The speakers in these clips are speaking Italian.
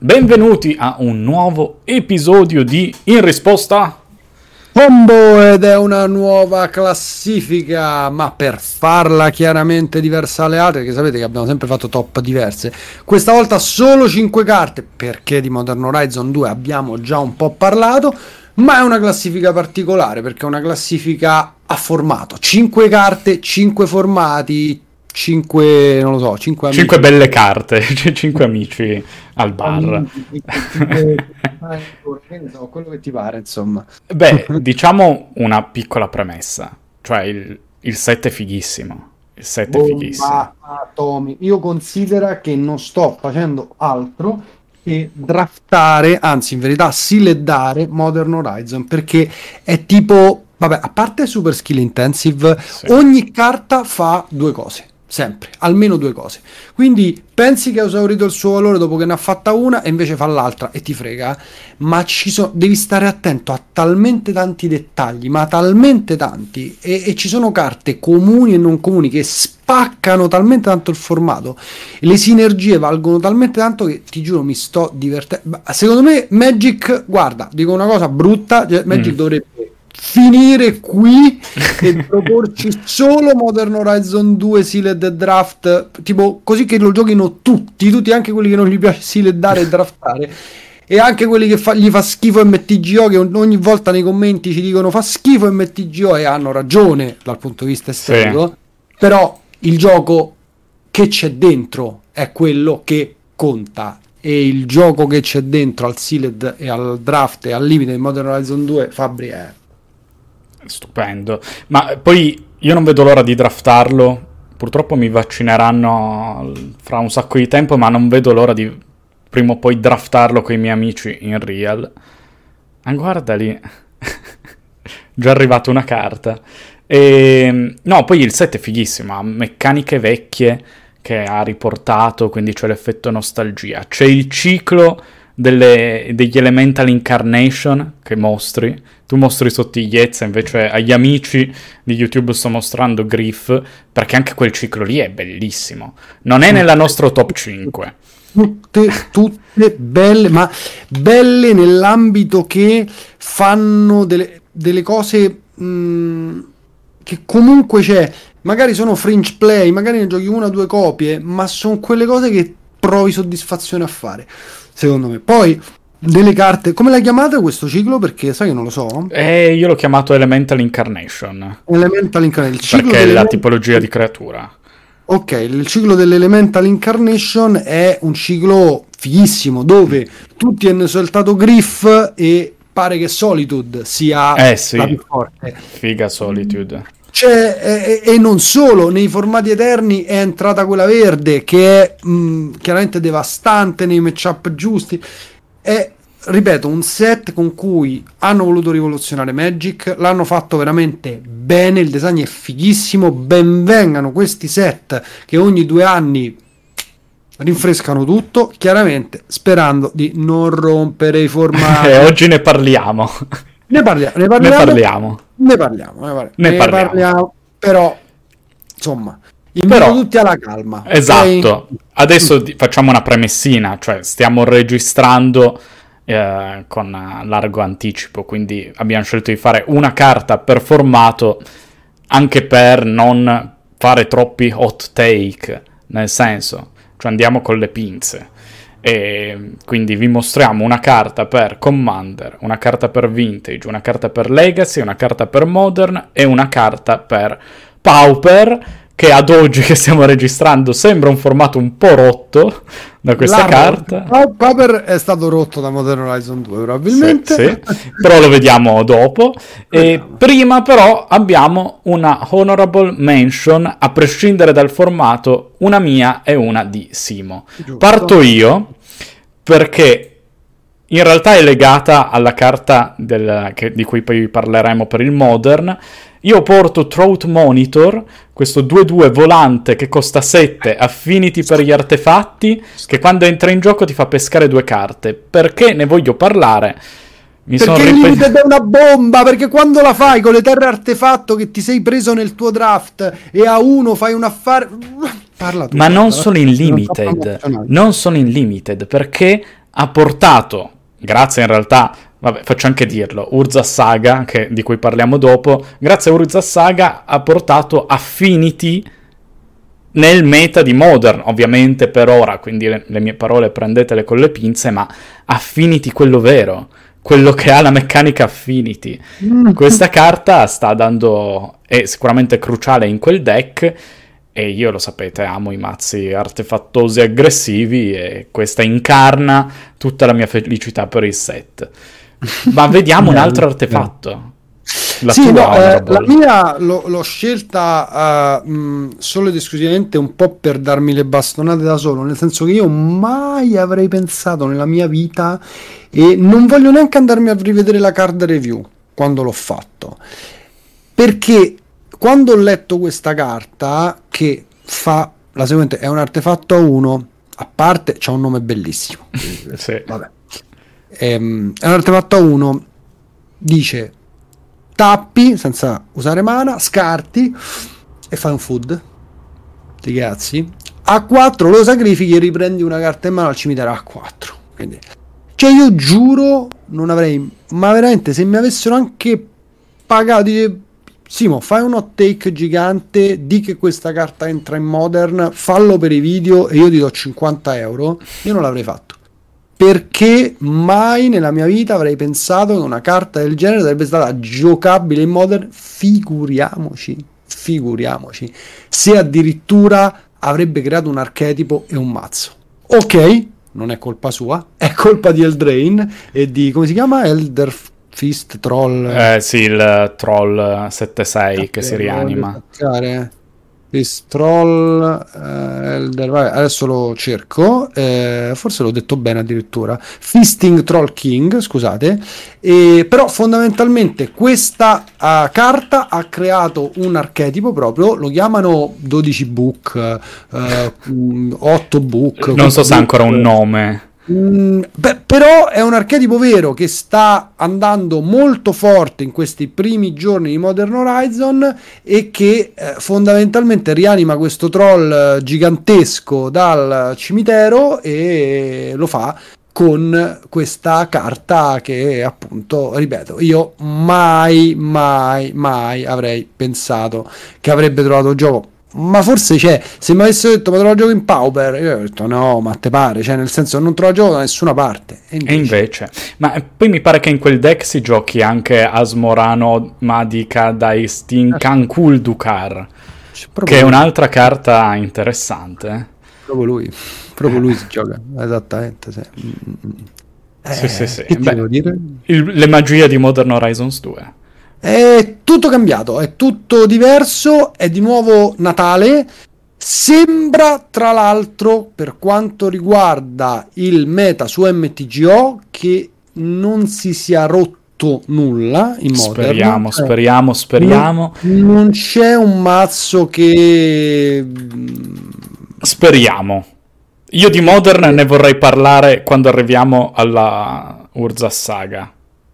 benvenuti a un nuovo episodio di In Risposta Combo, ed è una nuova classifica, ma per farla chiaramente diversa dalle altre, che sapete che abbiamo sempre fatto top diverse, questa volta solo 5 carte, perché di Modern Horizon 2 abbiamo già un po' parlato, ma è una classifica particolare, perché è una classifica a formato, 5 carte, 5 formati, 5, non lo so, 5 amici. 5 belle carte, 5 amici al bar. Quello che ti pare, insomma. Beh, diciamo una piccola premessa, cioè il set è fighissimo. Il set è fighissimo. Ma Tommy, io considero che non sto facendo altro che draftare, anzi in verità sileddare Modern Horizon, perché è tipo, vabbè, a parte super skill intensive, sì. Ogni carta fa due cose. Sempre, almeno due cose. Quindi pensi che ha esaurito il suo valore dopo che ne ha fatta una e invece fa l'altra e ti frega. Ma devi stare attento a talmente tanti dettagli, ma talmente tanti. E ci sono carte comuni e non comuni che spaccano talmente tanto il formato. E le sinergie valgono talmente tanto che ti giuro mi sto divertendo. Secondo me Magic, guarda, dico una cosa brutta, Magic dovrebbe finire qui e proporci solo Modern Horizon 2 Sealed Draft, tipo così che lo giochino tutti, anche quelli che non gli piace sealeddare e draftare, e anche quelli che gli fa schifo MTGO, che ogni volta nei commenti ci dicono fa schifo MTGO e hanno ragione dal punto di vista estetico, sì. Però il gioco che c'è dentro è quello che conta, e il gioco che c'è dentro al Sealed e al Draft e al limite di Modern Horizon 2, Fabri, è stupendo. Ma poi io non vedo l'ora di draftarlo. Purtroppo mi vaccineranno fra un sacco di tempo, ma non vedo l'ora di prima o poi draftarlo con i miei amici in real. Guarda lì, già arrivata una carta. No, poi il set è fighissimo, ha meccaniche vecchie che ha riportato, quindi c'è l'effetto nostalgia. C'è il ciclo degli Elemental Incarnation che mostri. Tu mostri sottigliezza, invece agli amici di YouTube sto mostrando Griff, perché anche quel ciclo lì è bellissimo. Non è nella nostra top 5. Tutte belle, ma belle nell'ambito che fanno delle cose che comunque c'è. Magari sono fringe play, magari ne giochi una o due copie, ma sono quelle cose che provi soddisfazione a fare, secondo me. Poi delle carte, come l'hai chiamato questo ciclo? Perché sai che non lo so. Io l'ho chiamato Elemental Incarnation. Il ciclo perché è la tipologia di creatura. Ok, il ciclo dell'Elemental Incarnation è un ciclo fighissimo, dove tutti hanno saltato Griff e pare che Solitude sia sì, la più forte. Figa Solitude. E non solo, nei formati eterni è entrata quella verde, che è chiaramente devastante nei matchup giusti. È, ripeto, un set con cui hanno voluto rivoluzionare Magic, l'hanno fatto veramente bene, il design è fighissimo. Ben vengano questi set che ogni 2 anni rinfrescano tutto, chiaramente sperando di non rompere i formati. Oggi ne parliamo. Ne parliamo, però insomma, invito tutti alla calma. Esatto, okay? Adesso facciamo una premessina, cioè stiamo registrando con largo anticipo, quindi abbiamo scelto di fare una carta per formato, anche per non fare troppi hot take, nel senso, cioè andiamo con le pinze. E quindi vi mostriamo una carta per Commander, una carta per Vintage, una carta per Legacy, una carta per Modern e una carta per Pauper, che ad oggi che stiamo registrando sembra un formato un po' rotto da questa carta. Pauper è stato rotto da Modern Horizon 2 probabilmente. Sì, però lo vediamo dopo. E prima però abbiamo una honorable mention, a prescindere dal formato, una mia e una di Simo. Giusto. Parto io, perché in realtà è legata alla carta di cui poi parleremo per il Modern. Io porto Throat Monitor, questo 2/2 volante che costa 7, affinity per gli artefatti, che quando entra in gioco ti fa pescare 2 carte. Perché ne voglio parlare? Perché il limite è una bomba, perché quando la fai con le terre artefatto che ti sei preso nel tuo draft e a uno fai un affare... Ma non sono in limited, non sono in limited, perché ha portato, grazie in realtà, vabbè, faccio anche dirlo, Urza Saga, di cui parliamo dopo, grazie a Urza Saga ha portato Affinity nel meta di Modern, ovviamente per ora, quindi le mie parole prendetele con le pinze, ma Affinity quello vero, quello che ha la meccanica Affinity. Questa carta sta dando, è sicuramente cruciale in quel deck, e io lo sapete, amo i mazzi artefattosi aggressivi, e questa incarna tutta la mia felicità per il set. Ma vediamo un altro artefatto. La mia l'ho scelta solo ed esclusivamente un po' per darmi le bastonate da solo, nel senso che io mai avrei pensato nella mia vita, e non voglio neanche andarmi a rivedere la card review quando l'ho fatto, perché quando ho letto questa carta che fa la seguente, è un artefatto a 1, a parte c'ha un nome bellissimo, sì. Vabbè. È un artefatto a 1, dice tappi senza usare mana, scarti e fai un food, ti cazzi, a 4 lo sacrifichi e riprendi una carta in mano al cimitero a 4. Quindi, cioè, io giuro non avrei, ma veramente, se mi avessero anche pagato, dice Simo, fai un hot take gigante, di che questa carta entra in Modern, fallo per i video e io ti do 50 euro, io non l'avrei fatto, perché mai nella mia vita avrei pensato che una carta del genere sarebbe stata giocabile in Modern. Figuriamoci se addirittura avrebbe creato un archetipo e un mazzo. Ok, non è colpa sua, è colpa di Eldraine e di, come si chiama? Elder Fist Troll. Sì, il Troll 7-6 che si rianima. Fist Troll Elder, vabbè, adesso lo cerco, forse l'ho detto bene addirittura. Feasting Troll King, scusate. Però fondamentalmente questa carta ha creato un archetipo proprio, lo chiamano 12 book, 8 book. Non so se ha ancora un nome. Però è un archetipo vero che sta andando molto forte in questi primi giorni di Modern Horizon, e che fondamentalmente rianima questo troll gigantesco dal cimitero, e lo fa con questa carta che, appunto, ripeto, io mai avrei pensato che avrebbe trovato gioco. Ma forse, cioè, se mi avessero detto ma trovo gioco in Pauper, io avrei detto no, ma te pare, cioè, nel senso, non trovo gioco da nessuna parte. E invece, ma poi mi pare che in quel deck si giochi anche Asmorano Madika dai Stinkan Kuldukar, che è un'altra carta interessante. Proprio lui si gioca, esattamente, sì. Sì. Che devo dire? Le magie di Modern Horizons 2. È tutto cambiato, è tutto diverso, è di nuovo Natale. Sembra, tra l'altro, per quanto riguarda il meta su MTGO, che non si sia rotto nulla in Modern. Speriamo. Non c'è un mazzo che... Speriamo. Io di Modern ne vorrei parlare quando arriviamo alla Urza Saga.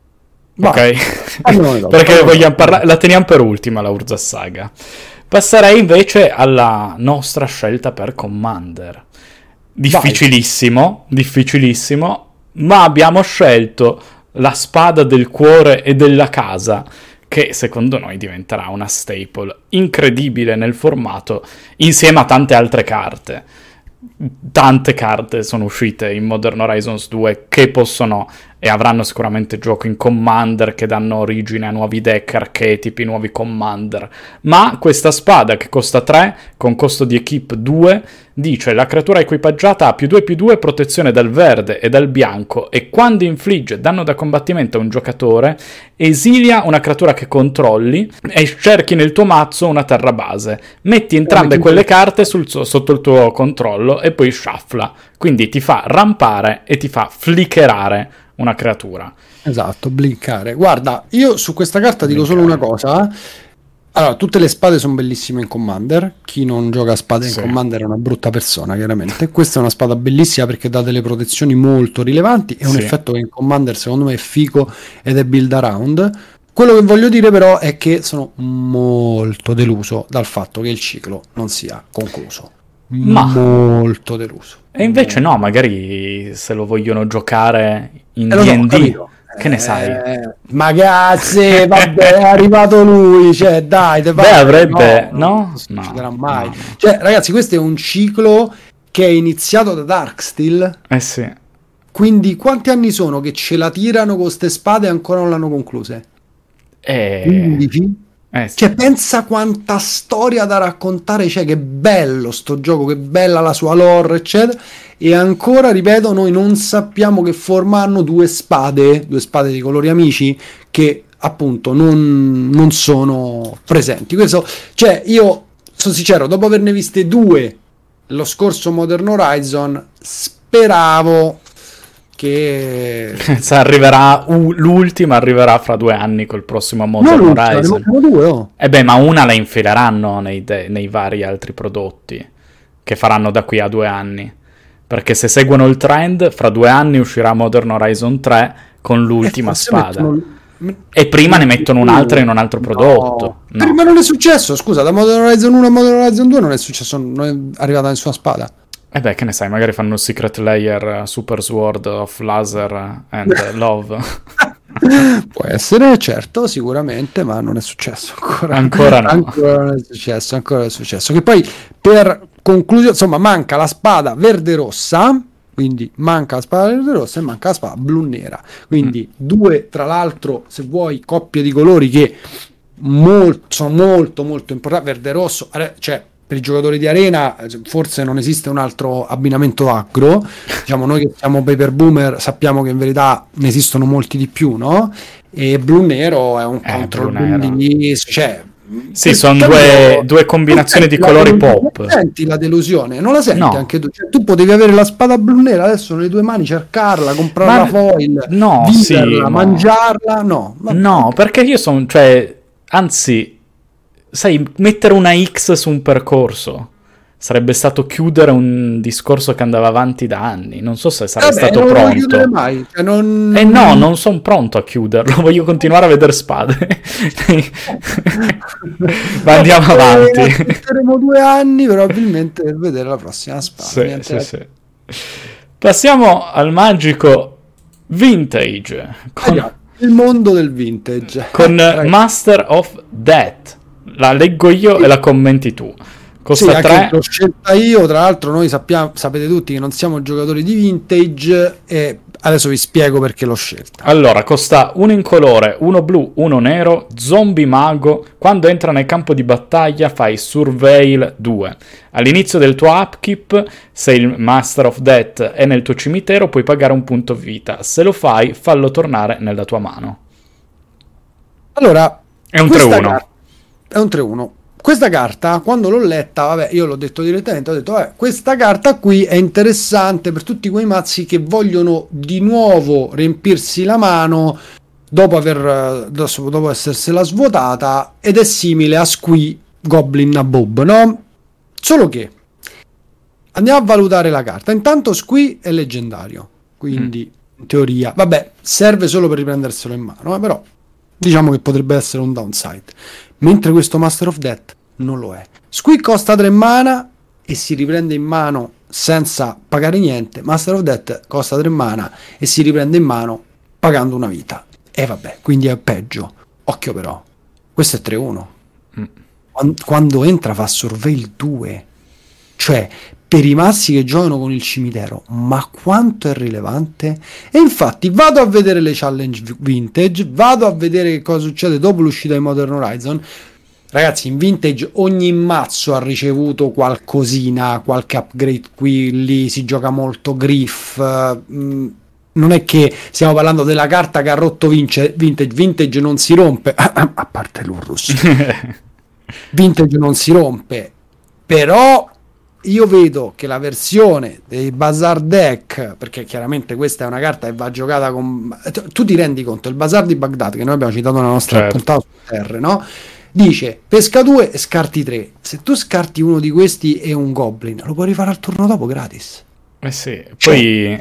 Ok? Perché vogliamo parlare, la teniamo per ultima la Urza Saga. Passerei invece alla nostra scelta per Commander. Difficilissimo, ma abbiamo scelto la spada del cuore e della casa, che secondo noi diventerà una staple incredibile nel formato, insieme a tante altre carte. Tante carte sono uscite in Modern Horizons 2 che possono e avranno sicuramente gioco in Commander, che danno origine a nuovi deck, archetipi, nuovi Commander. Ma questa spada, che costa 3, con costo di equip 2, dice: la creatura equipaggiata ha +2/+2 protezione dal verde e dal bianco, e quando infligge danno da combattimento a un giocatore, esilia una creatura che controlli e cerchi nel tuo mazzo una terra base. Metti entrambe quelle carte sotto il tuo controllo e poi shuffla. Quindi ti fa rampare e ti fa flickerare una creatura. Esatto, blinkare. Guarda, io su questa carta dico solo una cosa. Allora, tutte le spade sono bellissime in Commander. Chi non gioca a spade in Commander è una brutta persona, chiaramente. Questa è una spada bellissima perché dà delle protezioni molto rilevanti. È un effetto che in Commander secondo me è figo ed è build around. Quello che voglio dire però è che sono molto deluso dal fatto che il ciclo non sia concluso. Ma molto deluso. e invece no, magari se lo vogliono giocare in Lo so, D&D, capito. che ne sai? Ma cazzo, vabbè, è arrivato lui, cioè dai, te Beh, pare? avrebbe... No, No? non No, succederà mai. no. Cioè, ragazzi, questo è un ciclo che è iniziato da Darksteel, Eh sì. quindi quanti anni sono che ce la tirano con ste spade e ancora non l'hanno concluse? 15? Sì. Cioè, pensa quanta storia da raccontare c'è, che bello sto gioco, che bella la sua lore, eccetera. E ancora, ripeto, noi non sappiamo che forma hanno due spade di colori amici, che appunto non sono presenti. Questo, cioè, io sono sincero, dopo averne viste due lo scorso Modern Horizon, speravo che... Arriverà l'ultima arriverà fra 2 anni col prossimo Modern Non l'ultima, ne Horizon. mancano due, oh. E beh, ma una la infileranno nei vari altri prodotti che faranno da qui a 2 anni. Perché se seguono il trend, fra 2 anni uscirà Modern Horizon 3 con l'ultima Forse spada. mettono- E prima ne mettono un'altra in un altro prodotto. No. Ma non è successo, scusa, da Modern Horizon 1 a Modern Horizon 2 non è successo, non è arrivata nessuna spada. E beh, che ne sai, magari fanno il Secret Layer Super Sword of Laser and Love. Può essere, certo, sicuramente, ma non è successo ancora. Ancora no. Ancora non è successo. Che poi, per conclusione, insomma, manca la spada verde-rossa, quindi manca la spada verde-rossa e manca la spada blu-nera. Quindi due, tra l'altro, se vuoi, coppie di colori che sono molto, molto importanti. Verde-rosso, cioè... Per i giocatori di arena forse non esiste un altro abbinamento agro, diciamo noi che siamo paper boomer sappiamo che in verità ne esistono molti di più, no? E blu-nero è un control bellissimo, cioè sì, sono due combinazioni di colori pop. Non senti la delusione? Non la senti No. anche tu? Cioè, tu potevi avere la spada blu-nera, adesso nelle tue mani cercarla, comprare la foil, no, viverla, sì, no. mangiarla, no. No, perché io sono, cioè, anzi, sai, mettere una X su un percorso sarebbe stato chiudere un discorso che andava avanti da anni. Non so se sarei stato non pronto. lo chiudere mai. Cioè, no, non sono pronto a chiuderlo. Voglio continuare a vedere spade. Ma andiamo avanti. Aspetteremo 2 anni probabilmente per vedere la prossima spada. Sì. Passiamo al magico vintage. Il mondo del vintage. Con Master of Death. La leggo io e la commenti tu. Costa sì, 3. L'ho scelta io, tra l'altro noi sapete tutti che non siamo giocatori di vintage e adesso vi spiego perché l'ho scelta. Allora, costa uno incolore, uno blu, uno nero, zombie mago. Quando entra nel campo di battaglia fai Surveil 2. All'inizio del tuo upkeep, se il Master of Death è nel tuo cimitero, puoi pagare un punto vita. Se lo fai, fallo tornare nella tua mano. Allora, è un 3-1. È un 3-1. Questa carta, quando l'ho letta, vabbè, io l'ho detto direttamente, ho detto, questa carta qui è interessante per tutti quei mazzi che vogliono di nuovo riempirsi la mano dopo essersela svuotata, ed è simile a Squee Goblin Nabob, no? Solo che andiamo a valutare la carta. Intanto Squee è leggendario, quindi in teoria, vabbè, serve solo per riprenderselo in mano, però diciamo che potrebbe essere un downside. Mentre questo Master of Death non lo è. Squee costa 3 mana e si riprende in mano senza pagare niente. Master of Death costa 3 mana e si riprende in mano pagando una vita. E vabbè, quindi è peggio. Occhio però, questo è 3-1. Quando entra fa Surveil 2. Cioè, per i mazzi che giocano con il cimitero, ma quanto è rilevante? E infatti vado a vedere le challenge vintage, vado a vedere che cosa succede dopo l'uscita di Modern Horizon. Ragazzi, in vintage ogni mazzo ha ricevuto qualcosina, qualche upgrade qui, lì si gioca molto Griff. Non è che stiamo parlando della carta che ha rotto vintage non si rompe, a parte l'Urrus. Vintage non si rompe, però io vedo che la versione dei Bazaar Deck, perché chiaramente questa è una carta che va giocata con... Tu ti rendi conto, il Bazaar di Baghdad, che noi abbiamo citato nella nostra puntata su Terre, no? Dice, pesca 2 e scarti 3. Se tu scarti uno di questi e un Goblin, lo puoi rifare al turno dopo gratis. Sì, poi...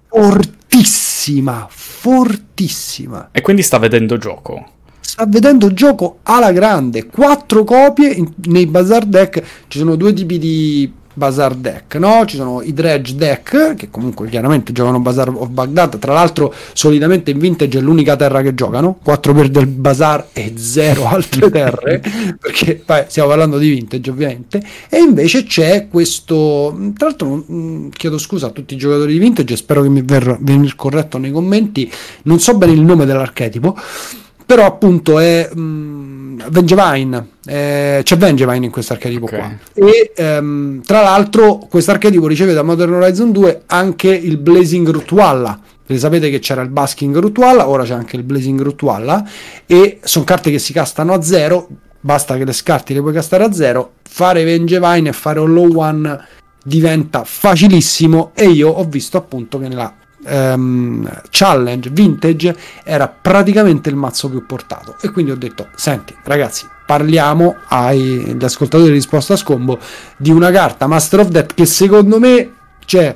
Fortissima. E quindi sta vedendo gioco. Sta vedendo gioco alla grande. 4 copie nei Bazaar Deck. Ci sono 2 tipi di Bazaar deck, no? Ci sono i dredge deck che comunque chiaramente giocano Bazaar of Baghdad, tra l'altro solitamente in Vintage è l'unica terra che giocano, 4 per del Bazaar e 0 altre terre perché stiamo parlando di Vintage ovviamente. E invece c'è questo, tra l'altro chiedo scusa a tutti i giocatori di Vintage, spero che mi venir corretto nei commenti, non so bene il nome dell'archetipo, però appunto è Vengevine, c'è Vengevine in questo archetipo qua, e tra l'altro questo archetipo riceve da Modern Horizon 2 anche il Blazing Rutwalla, perché sapete che c'era il Basking Rutwalla, ora c'è anche il Blazing Rutwalla, e sono carte che si castano a 0, basta che le scarti le puoi castare a 0, fare Vengevine e fare Hollow One diventa facilissimo, e io ho visto appunto che nella Challenge Vintage era praticamente il mazzo più portato, e quindi ho detto: senti ragazzi, parliamo agli ascoltatori di Risposta a Scombo di una carta Master of Death che secondo me, cioè,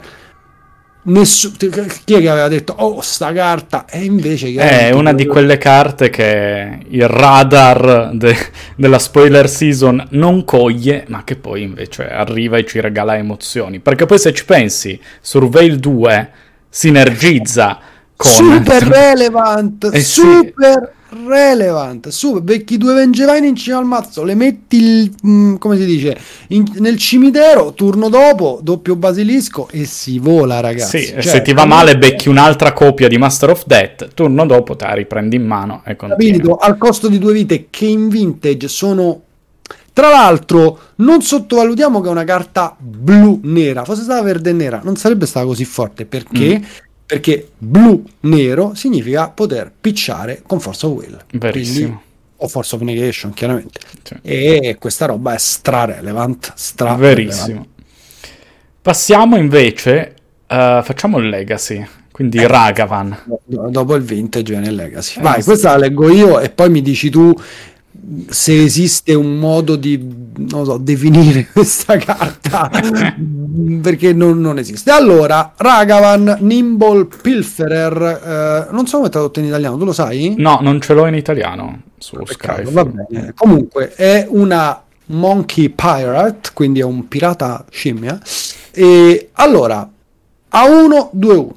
chi è che aveva detto sta carta, e invece è una di quelle carte che il radar della spoiler season non coglie, ma che poi invece arriva e ci regala emozioni, perché poi se ci pensi Surveil 2 sinergizza con super relevant, super sì, relevant, super, becchi 2 Vengevine in cima al mazzo, le metti come si dice nel cimitero, turno dopo doppio basilisco e si vola, ragazzi. Sì, cioè, se ti va male becchi un'altra copia di Master of Death, turno dopo te la riprendi in mano e continui. Al costo di 2 vite, che in Vintage sono, tra l'altro non sottovalutiamo che è una carta blu nera, fosse stata verde e nera non sarebbe stata così forte, perché perché blu nero significa poter pitchare con Force of Will, verissimo, quindi, o Force of Negation chiaramente, sì. E questa roba è stra-relevant, verissimo. Passiamo invece, facciamo il Legacy, quindi Ragavan. Dopo il Vintage viene il Legacy. Vai, questa la leggo io e poi mi dici tu se esiste un modo di, non so, definire questa carta perché non esiste. Allora, Ragavan Nimble Pilferer, non so come è tradotto in italiano, tu lo sai? No, non ce l'ho in italiano su Skype. Va bene. Comunque è una Monkey Pirate, quindi è un pirata scimmia, e allora a 1 2-1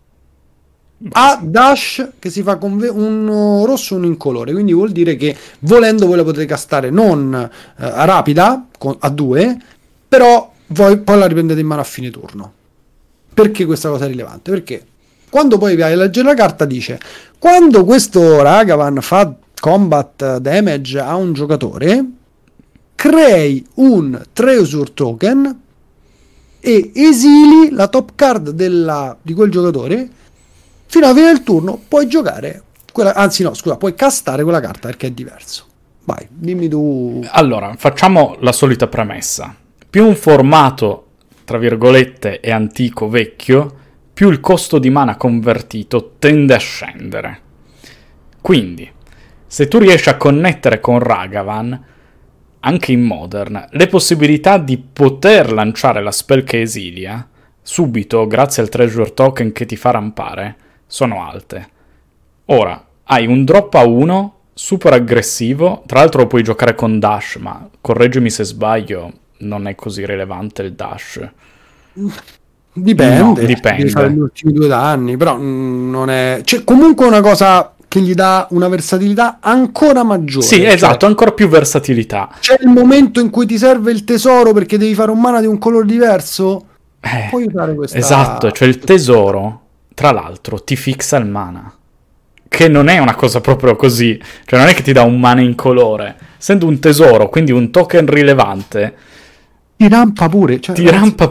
a dash che si fa con un rosso e un incolore, quindi vuol dire che volendo voi la potete castare non a rapida a 2, però voi poi la riprendete in mano a fine turno. Perché questa cosa è rilevante? Perché quando poi vai a leggere la carta dice: quando questo Ragavan fa combat damage a un giocatore, crei un Treasure Token e esili la top card di quel giocatore. Fino alla fine del turno puoi giocare puoi castare quella carta, perché è diverso. Vai, dimmi tu. Allora, facciamo la solita premessa. Più un formato, tra virgolette, è antico, vecchio, più il costo di mana convertito tende a scendere. Quindi, se tu riesci a connettere con Ragavan, anche in Modern, le possibilità di poter lanciare la spell che esilia, subito, grazie al Treasure Token che ti fa rampare, sono alte. Ora, hai un drop a 1 super aggressivo, tra l'altro lo puoi giocare con dash, ma correggimi se sbaglio, non è così rilevante il dash. Dipende, no, dipende. Devi fare gli ultimi 2 danni, però non è, cioè, comunque una cosa che gli dà una versatilità ancora maggiore. Sì, esatto, ancora più versatilità. C'è il momento in cui ti serve il tesoro perché devi fare un mana di un colore diverso, puoi usare questa. Esatto, cioè il tesoro, tra l'altro, ti fixa il mana, che non è una cosa proprio così, cioè non è che ti dà un mana in colore, essendo un tesoro, quindi un token rilevante, ti rampa pure, cioè, fa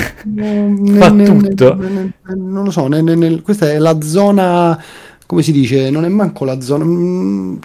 tutto. Non lo so, questa è la zona, come si dice, non è manco la zona, non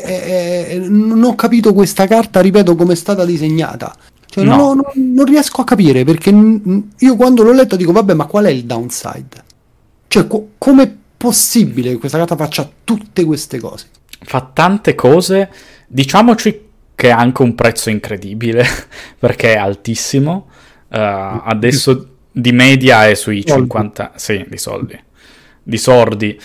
ho capito questa carta, ripeto, come è stata disegnata. Cioè, no. non riesco a capire, perché io quando l'ho letto dico, vabbè, ma qual è il downside? Cioè, com'è possibile che questa carta faccia tutte queste cose? Fa tante cose, diciamoci che ha anche un prezzo incredibile, perché è altissimo, adesso di media è sui 50, sì, di sordi,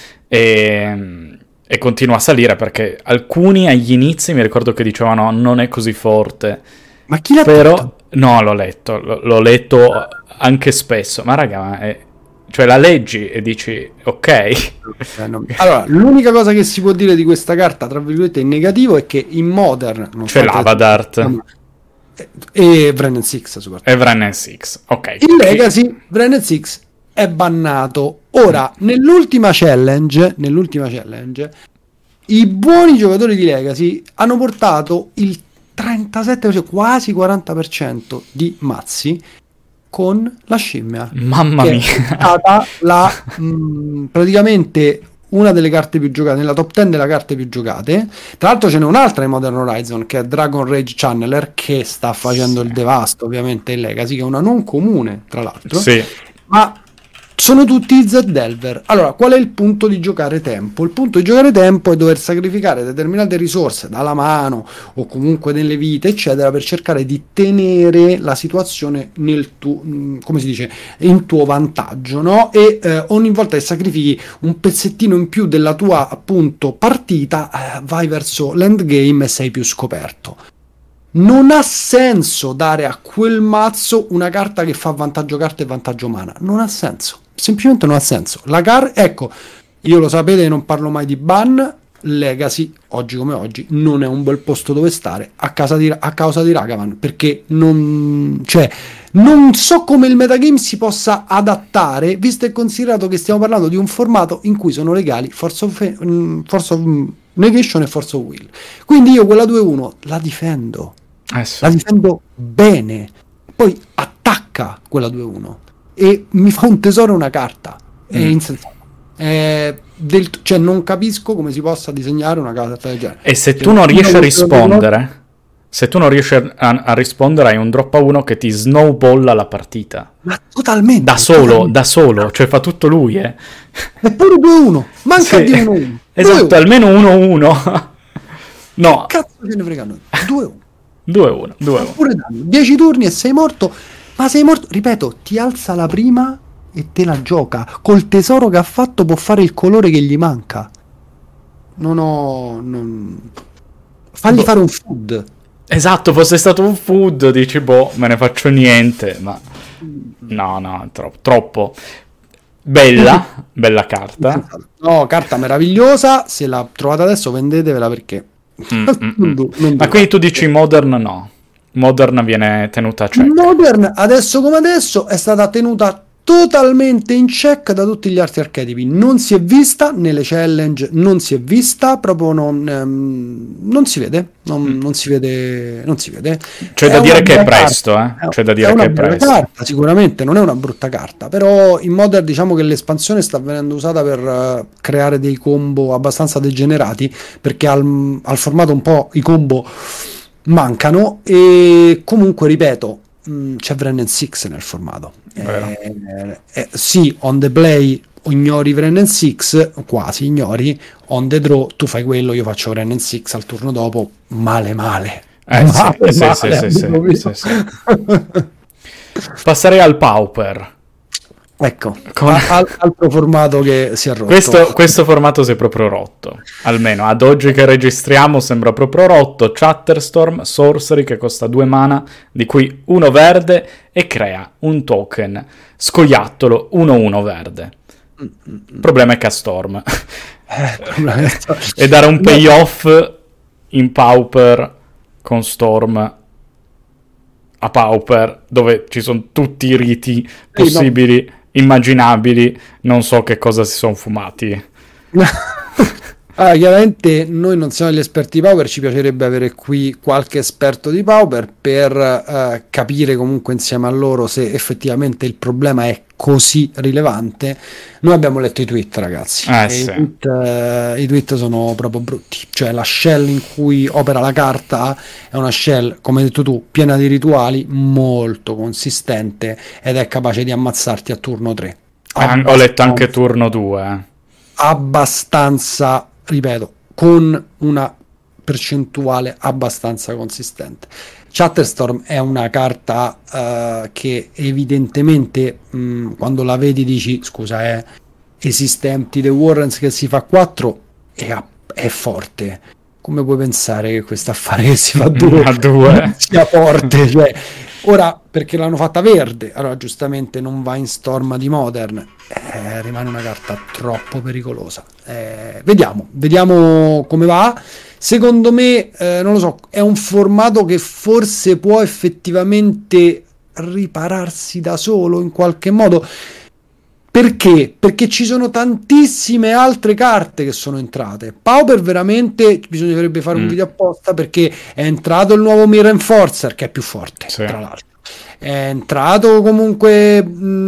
e continua a salire, perché alcuni agli inizi mi ricordo che dicevano non è così forte, ma chi l'ha però detto? No, l'ho letto anche spesso, ma raga, cioè la leggi e dici ok. Allora, l'unica cosa che si può dire di questa carta, tra virgolette, in negativo è che in Modern c'è l'Avadart e Wrenn and Six soprattutto. E Wrenn and Six, ok. In Legacy Wrenn and Six è bannato. Ora, nell'ultima challenge, i buoni giocatori di Legacy hanno portato il 37%, quasi 40% di mazzi con la scimmia. Mamma che mia. È stata praticamente una delle carte più giocate, nella top 10 delle carte più giocate. Tra l'altro ce n'è un'altra in Modern Horizon che è Dragon Rage Channeler, che sta facendo il devasto ovviamente in Legacy, che è una non comune tra l'altro. Sì. Ma sono tutti Z-Delver. Allora, qual è il punto di giocare tempo? Il punto di giocare tempo è dover sacrificare determinate risorse dalla mano o comunque nelle vite, eccetera, per cercare di tenere la situazione nel tuo, come si dice, in tuo vantaggio, no? E ogni volta che sacrifichi un pezzettino in più della tua, appunto, partita, vai verso l'endgame e sei più scoperto. Non ha senso dare a quel mazzo una carta che fa vantaggio carta e vantaggio mana. Non ha senso. Semplicemente non ha senso. Ecco, io lo sapete, non parlo mai di ban. Legacy, oggi come oggi, non è un bel posto dove stare a causa di Ragavan, perché non so come il metagame si possa adattare, visto e considerato che stiamo parlando di un formato in cui sono legali Force of Negation e Force of Will. Quindi io quella 2-1 la difendo. Sì. La difendo bene. Poi attacca quella 2-1 e mi fa un tesoro una carta. È insensato. Cioè non capisco come si possa disegnare una carta del genere. E se tu non riesci a rispondere, a rispondere hai un drop a 1 che ti snowballa la partita. Ma totalmente. Da solo, cioè fa tutto lui, È pure 2-1. Manca di 1-1. Esatto, almeno 1-1. No. Che cazzo ce ne frega noi? 2-1. 2-1. Pure danno 10 turni e sei morto. Ma sei morto, ripeto, ti alza la prima e te la gioca. Col tesoro che ha fatto può fare il colore che gli manca. Fagli fare un food. Esatto, fosse stato un food, dici me ne faccio niente, ma no, troppo. Bella carta. No, carta meravigliosa. Se la trovate adesso vendetevela perché ma quindi tu dici Modern no? Modern viene tenuta a check. Modern adesso come adesso è stata tenuta totalmente in check da tutti gli altri archetipi. Non si è vista nelle challenge, non si è vista proprio, non si vede. Non si vede. C'è da dire che è presto, c'è da dire che è presto. Carta, sicuramente non è una brutta carta, però in Modern diciamo che l'espansione sta venendo usata per creare dei combo abbastanza degenerati, perché al formato un po' i combo mancano. E comunque ripeto, c'è Wrenn and Six nel formato. Sì, on the play ignori Wrenn and Six, quasi ignori. On the draw tu fai quello, io faccio Wrenn and Six al turno dopo, male. Sì. Passerei al Pauper. Ecco, altro formato che si è rotto. Questo formato si è proprio rotto. Almeno ad oggi che registriamo sembra proprio rotto. Chatterstorm, Sorcery che costa 2 mana, di cui 1 verde, e crea un token scoiattolo 1-1 verde. Il problema è che ha Storm. E dare un payoff in Pauper con Storm a Pauper, dove ci sono tutti i riti possibili, immaginabili, non so che cosa si sono fumati. Allora, chiaramente noi non siamo gli esperti di Pauper, ci piacerebbe avere qui qualche esperto di Pauper per capire comunque insieme a loro se effettivamente il problema è così rilevante. Noi abbiamo letto i tweet, ragazzi, i tweet sono proprio brutti, cioè la shell in cui opera la carta è una shell, come hai detto tu, piena di rituali, molto consistente ed è capace di ammazzarti a turno 3. Ho letto anche turno 2. Abbastanza, ripeto, con una percentuale abbastanza consistente. Chatterstorm è una carta che evidentemente quando la vedi dici scusa, esiste Empty the Warrens che si fa 4 e è forte. Come puoi pensare che questo affare che si fa 2 sia forte? Cioè, Ora, perché l'hanno fatta verde, allora giustamente non va in Storm di Modern, rimane una carta troppo pericolosa. Vediamo come va. Secondo me, non lo so, è un formato che forse può effettivamente ripararsi da solo in qualche modo. Perché? Perché ci sono tantissime altre carte che sono entrate. Pauper veramente bisognerebbe fare un video apposta, perché è entrato il nuovo Mirror Enforcer, che è più forte, tra l'altro. È entrato comunque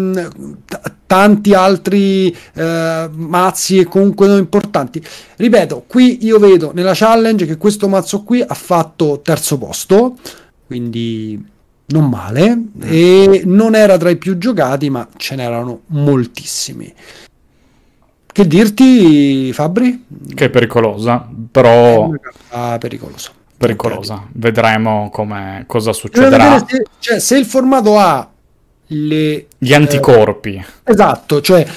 tanti altri mazzi e comunque non importanti. Ripeto, qui io vedo nella challenge che questo mazzo qui ha fatto terzo posto, quindi non male, e non era tra i più giocati, ma ce n'erano moltissimi. Che dirti, Fabri? Che è pericolosa, però pericolosa. Vedremo cosa succederà. Se il formato ha gli anticorpi, esatto, cioè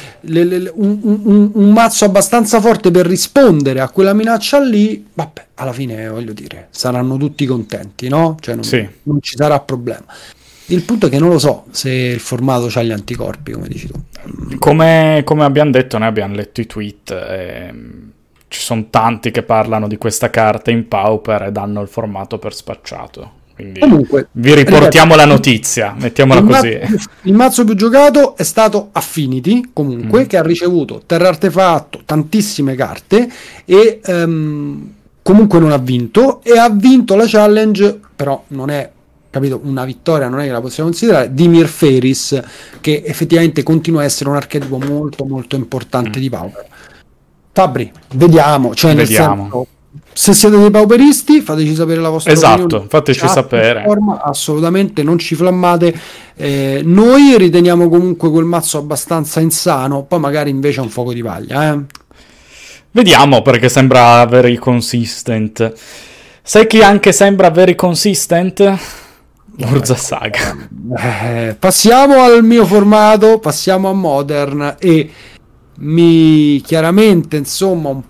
un mazzo abbastanza forte per rispondere a quella minaccia lì, vabbè, alla fine voglio dire, saranno tutti contenti, no? Cioè non ci sarà problema. Il punto è che non lo so se il formato ha gli anticorpi, come dici tu. Come abbiamo detto, noi abbiamo letto i tweet, ci sono tanti che parlano di questa carta in Pauper e danno il formato per spacciato. Quindi comunque, vi riportiamo la notizia, mettiamola così. Il mazzo più giocato è stato Affinity, comunque, che ha ricevuto Terra Artefatto, tantissime carte, e comunque non ha vinto, e ha vinto la challenge, però non è, capito, una vittoria, non è che la possiamo considerare, di Mirferis, che effettivamente continua a essere un archetipo molto molto importante di Pauper. Fabri, vediamo. Nel senso, se siete dei pauperisti, fateci sapere la vostra opinione. Esatto, fateci sapere. Assolutamente, non ci flammate. Noi riteniamo comunque quel mazzo abbastanza insano, poi magari invece è un fuoco di paglia. Vediamo, perché sembra very consistent. Sai chi anche sembra very consistent? Urza Saga. Passiamo al mio formato, passiamo a Modern, e chiaramente, insomma, un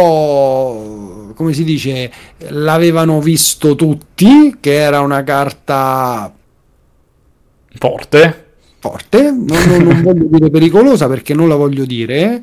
po', come si dice, l'avevano visto tutti che era una carta forte, non voglio dire pericolosa, perché non la voglio dire,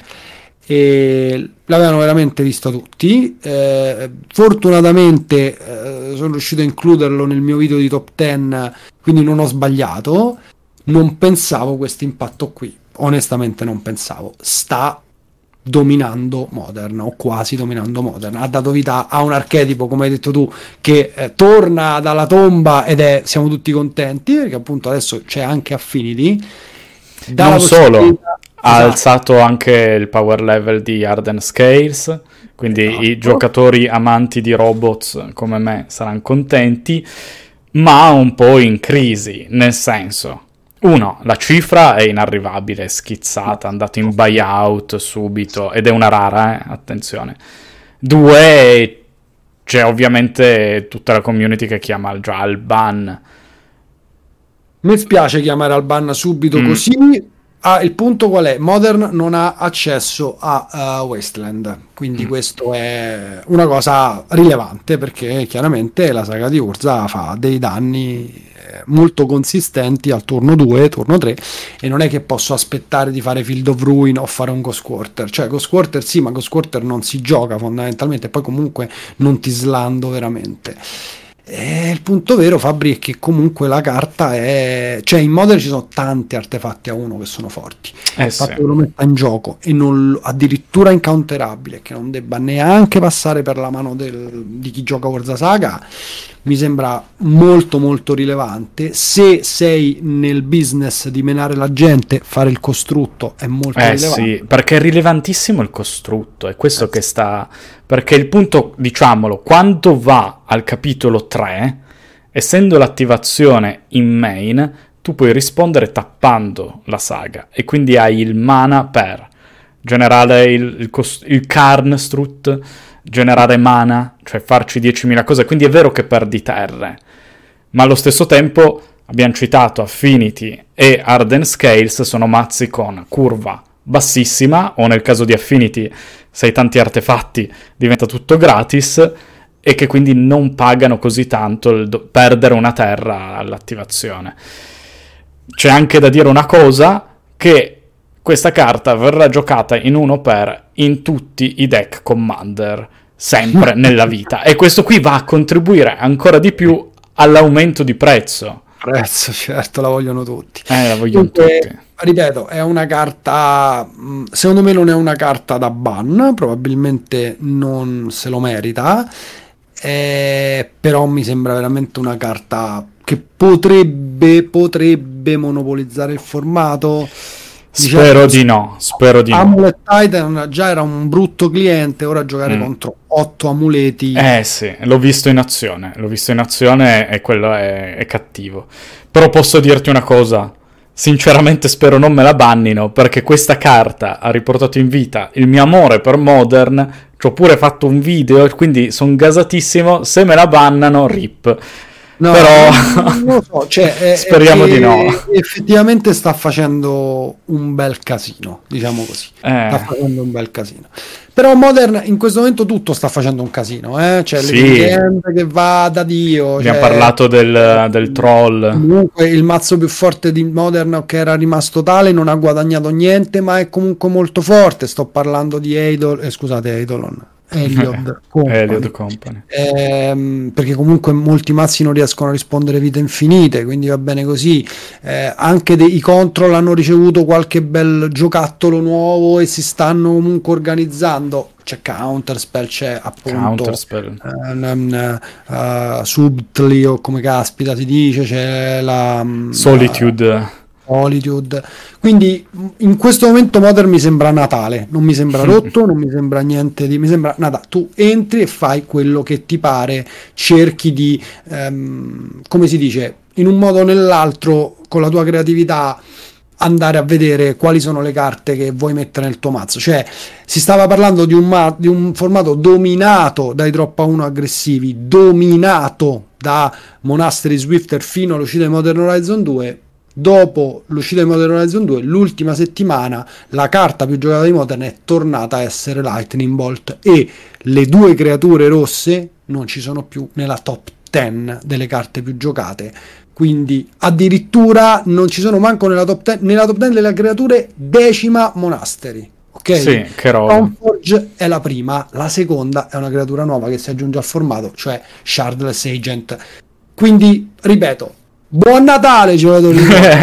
e l'avevano veramente visto tutti. Fortunatamente sono riuscito a includerlo nel mio video di top 10, quindi non ho sbagliato. Non pensavo questo impatto qui, onestamente non pensavo. Sta dominando Modern, o quasi dominando Modern. Ha dato vita a un archetipo, come hai detto tu, che torna dalla tomba, ed siamo tutti contenti, perché appunto adesso c'è anche Affinity. Non solo, ha alzato anche il power level di Arden Scales, quindi i giocatori amanti di robots come me saranno contenti, ma un po' in crisi, nel senso: uno, la cifra è inarrivabile, è schizzata, è andato in buyout subito, ed è una rara, attenzione. Due, c'è ovviamente tutta la community che chiama già al ban. Mi spiace chiamare al ban subito così. Il punto qual è? Modern non ha accesso a Wasteland, quindi questo è una cosa rilevante, perché chiaramente la saga di Urza fa dei danni molto consistenti al turno 2, turno 3, e non è che posso aspettare di fare Field of Ruin o fare un Ghost Quarter. Cioè Ghost Quarter sì, ma Ghost Quarter non si gioca fondamentalmente, e poi comunque non ti slando veramente. Il punto vero, Fabri, è che comunque la carta è, cioè in Modern ci sono tanti artefatti a uno che sono forti. Il fatto che lo metta in gioco e non addirittura incounterabile, che non debba neanche passare per la mano di chi gioca Urza Saga, mi sembra molto molto rilevante. Se sei nel business di menare la gente, fare il costrutto è molto rilevante. Sì, perché è rilevantissimo il costrutto, è questo che sta... Perché il punto, diciamolo, quando va al capitolo 3, essendo l'attivazione in main, tu puoi rispondere tappando la saga, e quindi hai il mana per generare il Karnstrut, generare mana, cioè farci 10.000 cose. Quindi è vero che perdi terre, ma allo stesso tempo abbiamo citato Affinity e Arden Scales, sono mazzi con curva bassissima, o nel caso di Affinity, se hai tanti artefatti diventa tutto gratis, e che quindi non pagano così tanto perdere una terra all'attivazione. C'è anche da dire una cosa, che questa carta verrà giocata in 1x in tutti i deck Commander, sempre nella vita, e questo qui va a contribuire ancora di più all'aumento di prezzo. Certo, la vogliono tutti. La vogliono tutti. Ripeto, è una carta, secondo me non è una carta da ban, probabilmente non se lo merita, però mi sembra veramente una carta che potrebbe monopolizzare il formato. Spero di no. Amulet Titan già era un brutto cliente, ora giocare contro 8 amuleti. Sì, l'ho visto in azione e quello è cattivo. Però posso dirti una cosa, sinceramente spero non me la bannino, perché questa carta ha riportato in vita il mio amore per Modern, ci ho pure fatto un video, quindi sono gasatissimo. Se me la bannano, rip. No, però non lo so, speriamo di no. Effettivamente sta facendo un bel casino, diciamo così. Sta facendo un bel casino. Però Modern in questo momento tutto sta facendo un casino, C'è l'event che va da Dio. Abbiamo parlato del troll. Comunque il mazzo più forte di Modern, che era rimasto tale, non ha guadagnato niente, ma è comunque molto forte. Sto parlando di Eliod Company. Perché comunque molti mazzi non riescono a rispondere vite infinite, quindi va bene così. Anche i control hanno ricevuto qualche bel giocattolo nuovo e si stanno comunque organizzando. C'è Counterspell, c'è appunto Subtly, o come caspita si dice, c'è la Solitude. Quindi in questo momento Modern mi sembra Natale, non mi sembra rotto, non mi sembra niente mi sembra nada. Tu entri e fai quello che ti pare, cerchi di come si dice, in un modo o nell'altro, con la tua creatività, andare a vedere quali sono le carte che vuoi mettere nel tuo mazzo. Cioè, si stava parlando di un formato dominato dai drop a 1 aggressivi, dominato da Monastery Swifter fino all'uscita di Modern Horizon 2. Dopo l'uscita di Modern Horizon 2, l'ultima settimana, la carta più giocata di Modern è tornata a essere Lightning Bolt, e le 2 creature rosse non ci sono più nella top 10 delle carte più giocate. Quindi addirittura non ci sono manco nella top 10 delle creature 10ª Monastery. Ok? Sì, che roba. Stormforge è la prima, la seconda è una creatura nuova che si aggiunge al formato, cioè Shardless Agent. Quindi, ripeto, buon Natale, giocatori.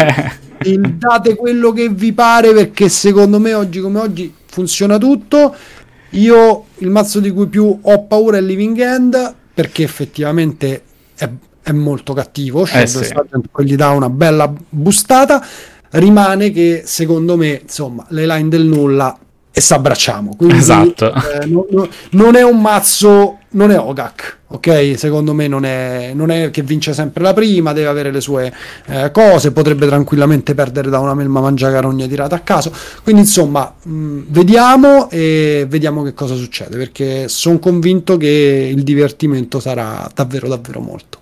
Date quello che vi pare, perché secondo me oggi come oggi funziona tutto. Io il mazzo di cui più ho paura è Living End, perché effettivamente è molto cattivo. Sergeant poi gli dà una bella bustata. Rimane che secondo me, insomma, le line del nulla e s'abbracciamo. Quindi, esatto. Non è un mazzo, non è Ogak, ok? Secondo me non è che vince sempre la prima, deve avere le sue cose, potrebbe tranquillamente perdere da una melma mangiacarogna tirata a caso. Quindi insomma, vediamo che cosa succede, perché sono convinto che il divertimento sarà davvero davvero molto.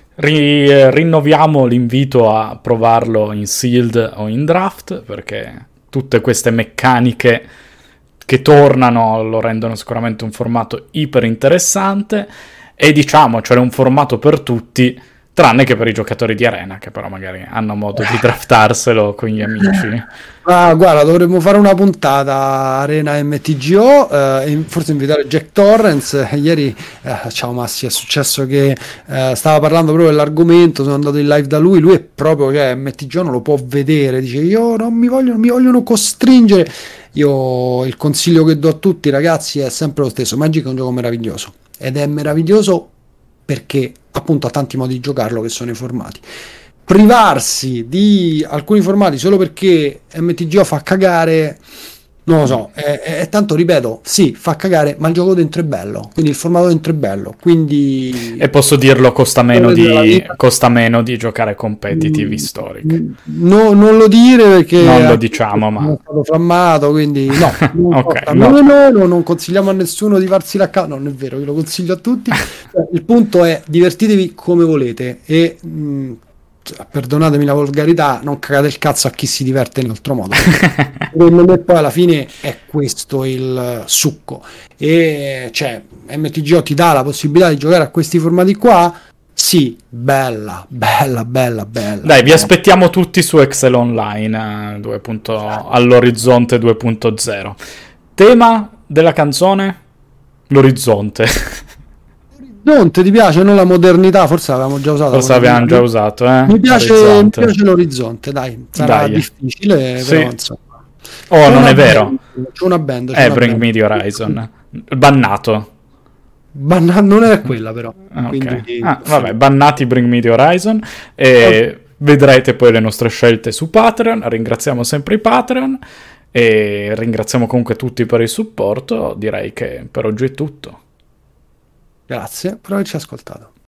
Rinnoviamo l'invito a provarlo in sealed o in draft, perché tutte queste meccaniche che tornano lo rendono sicuramente un formato iper interessante, e diciamo, cioè un formato per tutti, tranne che per i giocatori di Arena, che però magari hanno modo di draftarselo con gli amici. Guarda, dovremmo fare una puntata Arena MTGO, e forse invitare Jack Torrance. Ieri, ciao Massi, è successo che stava parlando proprio dell'argomento, sono andato in live da lui è proprio, cioè, MTGO non lo può vedere, dice io non mi vogliono costringere. Io il consiglio che do a tutti, ragazzi, è sempre lo stesso: Magic è un gioco meraviglioso, ed è meraviglioso perché appunto ha tanti modi di giocarlo, che sono i formati. Privarsi di alcuni formati solo perché MTGO fa cagare, non lo so, è tanto, ripeto, sì, fa cagare, ma il gioco dentro è bello, quindi il formato dentro è bello, quindi... E posso dirlo, costa meno di giocare competitive storic. No, non lo dire, perché non lo diciamo, ma è stato flammato, quindi no, non okay, non consigliamo a nessuno di farsi l'account, non è vero, io lo consiglio a tutti. Il punto è: divertitevi come volete, e perdonatemi la volgarità, non cagate il cazzo a chi si diverte in altro modo. Secondo me poi alla fine è questo il succo. E cioè, MTGO ti dà la possibilità di giocare a questi formati qua? Sì, bella, bella, bella, bella. Dai, vi aspettiamo tutti su Excel Online all'orizzonte 2.0. Tema della canzone? L'orizzonte. L'orizzonte ti piace? Non la modernità, forse l'avevamo già usato. Forse abbiamo già usato, Mi piace Orizzonte. l'orizzonte, dai. Sarà Dai. difficile, Sì. però insomma. Oh, non è vero. C'è una band. c'è una Bring band. Me the Horizon. Bannato. Non è quella però. Ok. Quindi, Vabbè, bannati Bring Me the Horizon. E vedrete poi le nostre scelte su Patreon. Ringraziamo sempre i Patreon. E ringraziamo comunque tutti per il supporto. Direi che per oggi è tutto. Grazie per averci ascoltato.